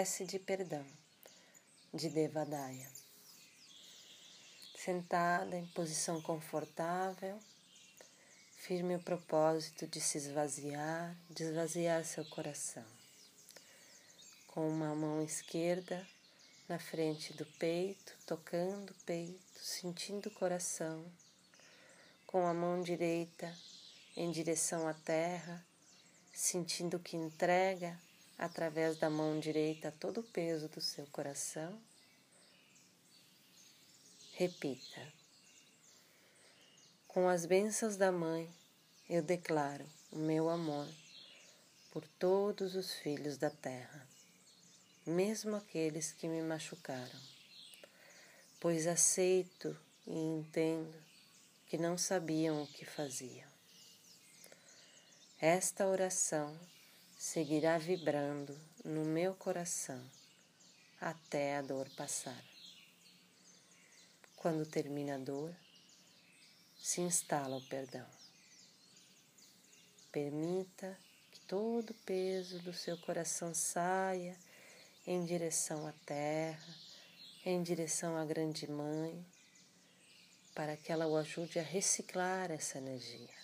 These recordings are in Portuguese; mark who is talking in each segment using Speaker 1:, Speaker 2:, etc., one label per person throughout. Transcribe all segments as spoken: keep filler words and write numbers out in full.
Speaker 1: Prece de perdão, de Devadaya. Sentada em posição confortável, firme o propósito de se esvaziar, de esvaziar seu coração. Com uma mão esquerda na frente do peito, tocando o peito, sentindo o coração. Com a mão direita em direção à terra, sentindo que entrega através da mão direita todo o peso do seu coração. Repita. Com as bênçãos da Mãe, eu declaro o meu amor por todos os filhos da terra, mesmo aqueles que me machucaram, pois aceito e entendo que não sabiam o que faziam. Esta oração seguirá vibrando no meu coração até a dor passar. Quando termina a dor, se instala o perdão. Permita que todo o peso do seu coração saia em direção à terra, em direção à Grande Mãe, para que ela o ajude a reciclar essa energia.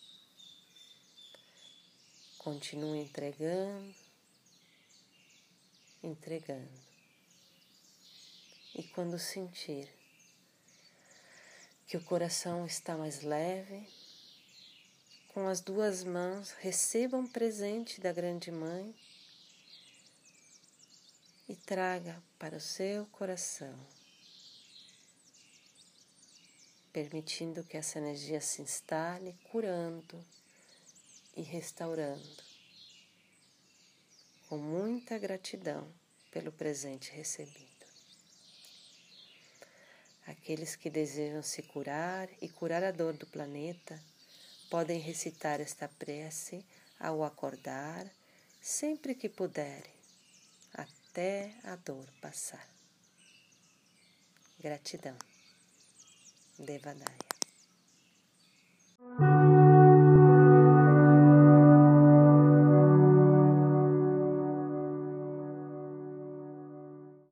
Speaker 1: Continue entregando, entregando. E quando sentir que o coração está mais leve, com as duas mãos receba um presente da Grande Mãe e traga para o seu coração, permitindo que essa energia se instale, curando e restaurando, com muita gratidão pelo presente recebido. Aqueles que desejam se curar e curar a dor do planeta podem recitar esta prece ao acordar, sempre que puderem, até a dor passar. Gratidão. Devadaya.